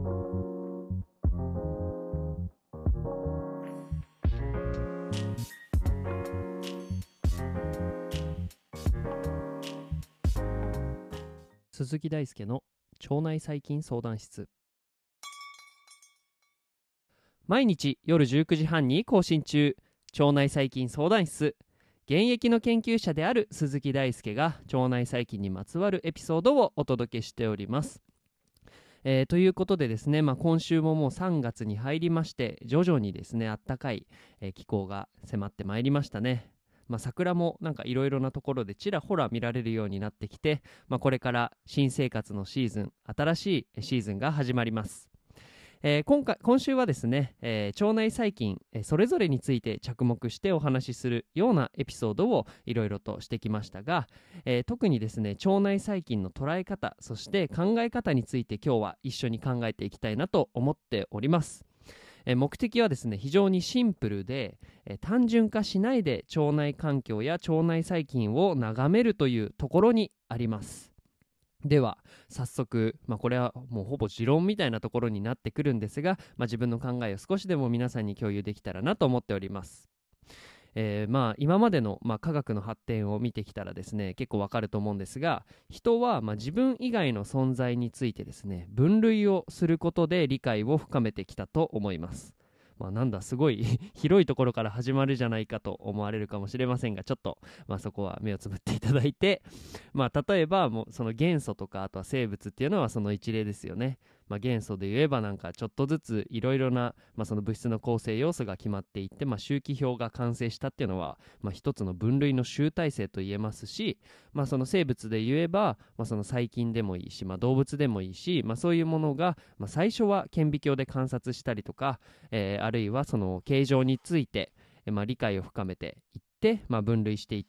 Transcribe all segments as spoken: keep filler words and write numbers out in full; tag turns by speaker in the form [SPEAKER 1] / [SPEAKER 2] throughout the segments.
[SPEAKER 1] 鈴木大輔の腸内細菌相談室。毎日夜じゅうくじはんに更新中、腸内細菌相談室。現役の研究者である鈴木大輔が腸内細菌にまつわるエピソードをお届けしております。えー、ということでですね、まあ、今週ももうさんがつに入りまして、徐々にですね暖かい、えー、気候が迫ってまいりましたね。まあ、桜もなんかいろいろなところでちらほら見られるようになってきて、まあ、これから新生活のシーズン、新しいシーズンが始まります。えー、今回今週はですね、えー腸内細菌、えーそれぞれについて着目してお話しするようなエピソードをいろいろとしてきましたが、えー特にですね腸内細菌の捉え方、そして考え方について今日は一緒に考えていきたいなと思っております。えー目的はですね非常にシンプルで、えー単純化しないで腸内環境や腸内細菌を眺めるというところにあります。では早速、まあ、これはもうほぼ持論みたいなところになってくるんですが、まあ、自分の考えを少しでも皆さんに共有できたらなと思っております。えーまあ今までの、まあ、科学の発展を見てきたらですね結構わかると思うんですが、人は、まあ、自分以外の存在についてですね分類をすることで理解を深めてきたと思います。まあ、なんだすごい広いところから始まるじゃないかと思われるかもしれませんが、ちょっと、まあ、そこは目をつぶっていただいて、まあ、例えばもうその元素とかあとは生物っていうのはその一例ですよね。まあ、元素で言えばなんかちょっとずついろいろな、まあ、その物質の構成要素が決まっていって、まあ、周期表が完成したっていうのは、まあ、一つの分類の集大成と言えますし、まあ、その生物で言えば、まあ、その細菌でもいいし、まあ、動物でもいいし、まあ、そういうものが、まあ、最初は顕微鏡で観察したりとか、えーあるいはその形状について、えーまあ、理解を深めていって、まあ、分類していって、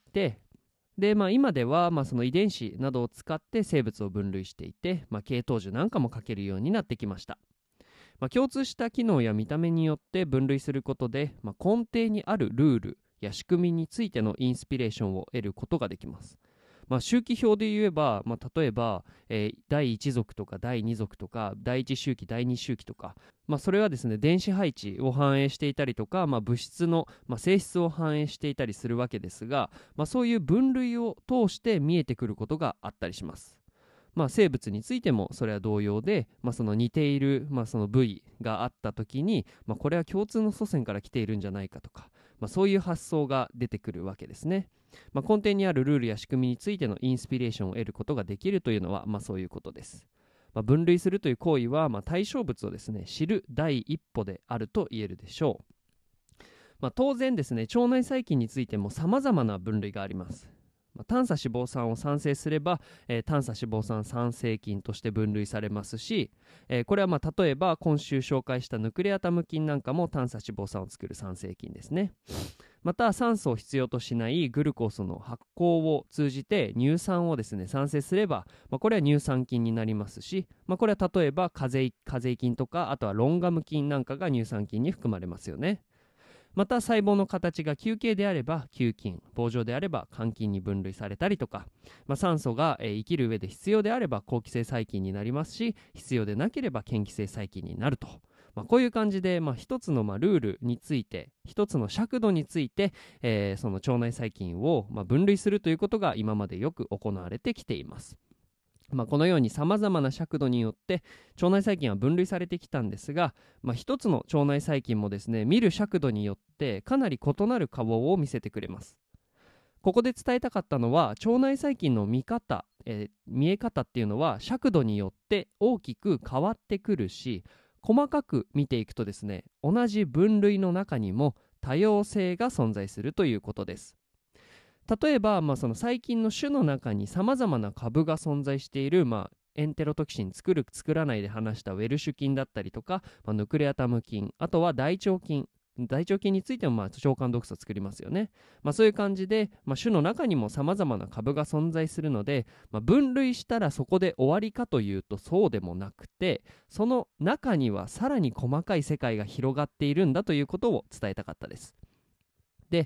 [SPEAKER 1] で、まあ、今では、まあ、その遺伝子などを使って生物を分類していて、まあ、系統樹なんかも書けるようになってきました。まあ、共通した機能や見た目によって分類することで、まあ、根底にあるルールや仕組みについてのインスピレーションを得ることができます。まあ、周期表で言えば、まあ、例えば、えーだいいち族とかだいに族とかだいいち周期だいに周期とか、まあ、それはですね電子配置を反映していたりとか、まあ、物質の、まあ、性質を反映していたりするわけですが、まあ、そういう分類を通して見えてくることがあったりします。まあ、生物についてもそれは同様で、まあ、その似ている、まあ、その部位があった時に、まあ、これは共通の祖先から来ているんじゃないかとか、まあ、そういう発想が出てくるわけですね。まあ、根底にあるルールや仕組みについてのインスピレーションを得ることができるというのは、まあ、そういうことです。まあ、分類するという行為は、まあ、対象物をですね知る第一歩であると言えるでしょう。まあ、当然ですね腸内細菌についても様々な分類があります。まあ、短鎖脂肪酸を産生すれば、えー短鎖脂肪酸産生菌として分類されますし、えーこれはまあ例えば今週紹介したヌクレアタム菌なんかも短鎖脂肪酸を作る産生菌ですね。また酸素を必要としないグルコースの発酵を通じて乳酸をですね産生すれば、まあ、これは乳酸菌になりますし、まあ、これは例えばカゼイカゼイ菌とかあとはロンガム菌なんかが乳酸菌に含まれますよね。また細胞の形が球形であれば球菌、棒状であれば肝菌に分類されたりとか、まあ、酸素が、えー生きる上で必要であれば好気性細菌になりますし、必要でなければ嫌気性細菌になると、まあ、こういう感じで、まあ、一つのまあルールについて、一つの尺度について、えーその腸内細菌をまあ分類するということが今までよく行われてきています。まあ、このようにさまざまな尺度によって腸内細菌は分類されてきたんですが、まあ、一つの腸内細菌もですね見る尺度によってかなり異なる顔を見せてくれます。ここで伝えたかったのは腸内細菌の見方、えー見え方っていうのは尺度によって大きく変わってくるし、細かく見ていくとですね同じ分類の中にも多様性が存在するということです。例えば、まあ、その細菌の種の中にさまざまな株が存在している、まあ、エンテロトキシン作る作らないで話したウェルシュ菌だったりとか、まあ、ヌクレアタム菌、あとは大腸菌大腸菌についてもまあ腸管毒素を作りますよね。まあ、そういう感じで、まあ、種の中にもさまざまな株が存在するので、まあ、分類したらそこで終わりかというとそうでもなくて、その中にはさらに細かい世界が広がっているんだということを伝えたかったです。で、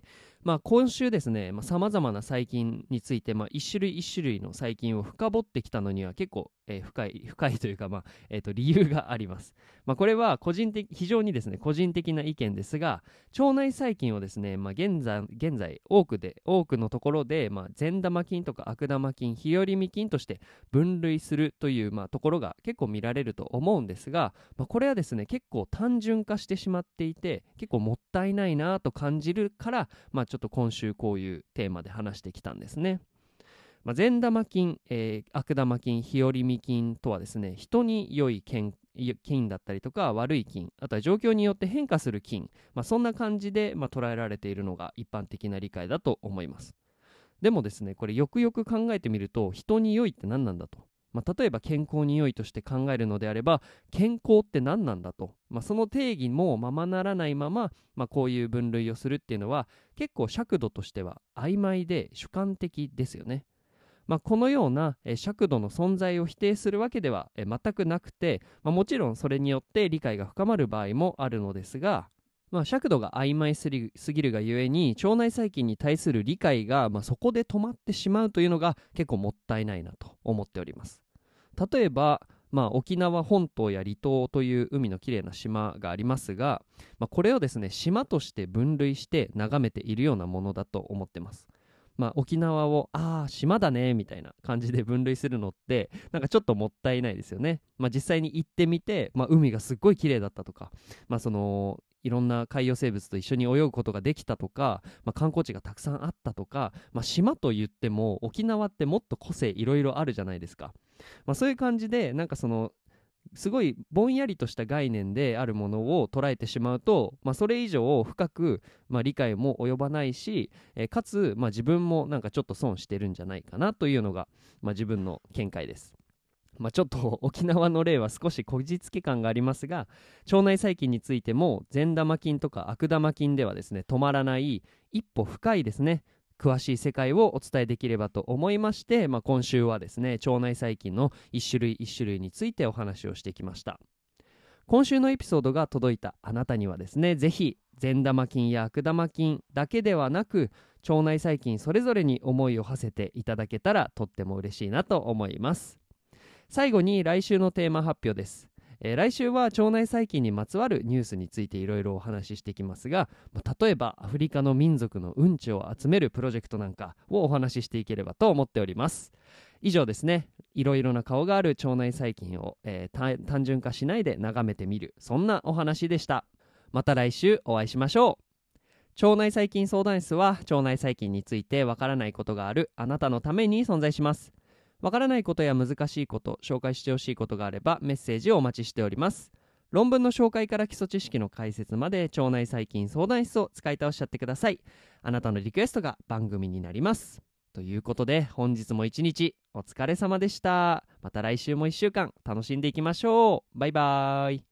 [SPEAKER 1] まあ、今週ですね、さまざ、まな細菌について、まあ、一種類一種類の細菌を深掘ってきたのには結構、えー深い深いというか、まあえーと理由があります。まあ、これは個人的非常にですね個人的な意見ですが、腸内細菌をですね、まあ、現在現在多くで多くのところで、まあ、善玉菌とか悪玉菌、日和見菌として分類するという、まあ、ところが結構見られると思うんですが、まあ、これはですね結構単純化してしまっていて、結構もったいないなと感じるから、まあ、ちょっと今週こういうテーマで話してきたんですね。まあ、善玉菌、えー悪玉菌、日和見菌とはですね、人に良い菌菌だったりとか悪い菌、あとは状況によって変化する菌、まあ、そんな感じで、まあ、捉えられているのが一般的な理解だと思います。でもですね、これよくよく考えてみると、人に良いって何なんだと。まあ、例えば健康に良いとして考えるのであれば、健康って何なんだと、まあ、その定義もままならないまま、まあ、こういう分類をするっていうのは結構尺度としては曖昧で主観的ですよね。まあ、このような、えー尺度の存在を否定するわけでは、えー全くなくて、まあ、もちろんそれによって理解が深まる場合もあるのですが、まあ、尺度が曖昧すぎすぎるがゆえに腸内細菌に対する理解が、まあ、そこで止まってしまうというのが結構もったいないなと思っております。例えば、まあ、沖縄本島や離島という海のきれいな島がありますが、まあ、これをですね島として分類して眺めているようなものだと思ってます。まあ、沖縄をああ島だねみたいな感じで分類するのってなんかちょっともったいないですよね。まあ、実際に行ってみて、まあ、海がすっごい綺麗だったとか、まあ、そのいろんな海洋生物と一緒に泳ぐことができたとか、まあ、観光地がたくさんあったとか、まあ、島といっても沖縄ってもっと個性いろいろあるじゃないですか。まあ、そういう感じでなんかそのすごいぼんやりとした概念であるものを捉えてしまうと、まあ、それ以上深く、まあ、理解も及ばないし、えーかつ、まあ、自分もなんかちょっと損してるんじゃないかなというのが、まあ、自分の見解です。まあ、ちょっと沖縄の例は少しこじつけ感がありますが、腸内細菌についても善玉菌とか悪玉菌ではですね止まらない一歩深いですね詳しい世界をお伝えできればと思いまして、まあ、今週はですね腸内細菌の一種類一種類についてお話をしてきました。今週のエピソードが届いたあなたにはですね、ぜひ善玉菌や悪玉菌だけではなく腸内細菌それぞれに思いを馳せていただけたらとっても嬉しいなと思います。最後に来週のテーマ発表です。えー来週は腸内細菌にまつわるニュースについていろいろお話ししてきますが、まあ例えばアフリカの民族のうんちを集めるプロジェクトなんかをお話ししていければと思っております。以上ですね、いろいろな顔がある腸内細菌を、えーた単純化しないで眺めてみる、そんなお話でした。また来週お会いしましょう。腸内細菌相談室は腸内細菌についてわからないことがあるあなたのために存在します。わからないことや難しいこと、紹介してほしいことがあればメッセージをお待ちしております。論文の紹介から基礎知識の解説まで腸内細菌相談室を使い倒しちゃってください。あなたのリクエストが番組になります。ということで本日も一日お疲れ様でした。また来週もいっしゅうかん楽しんでいきましょう。バイバーイ。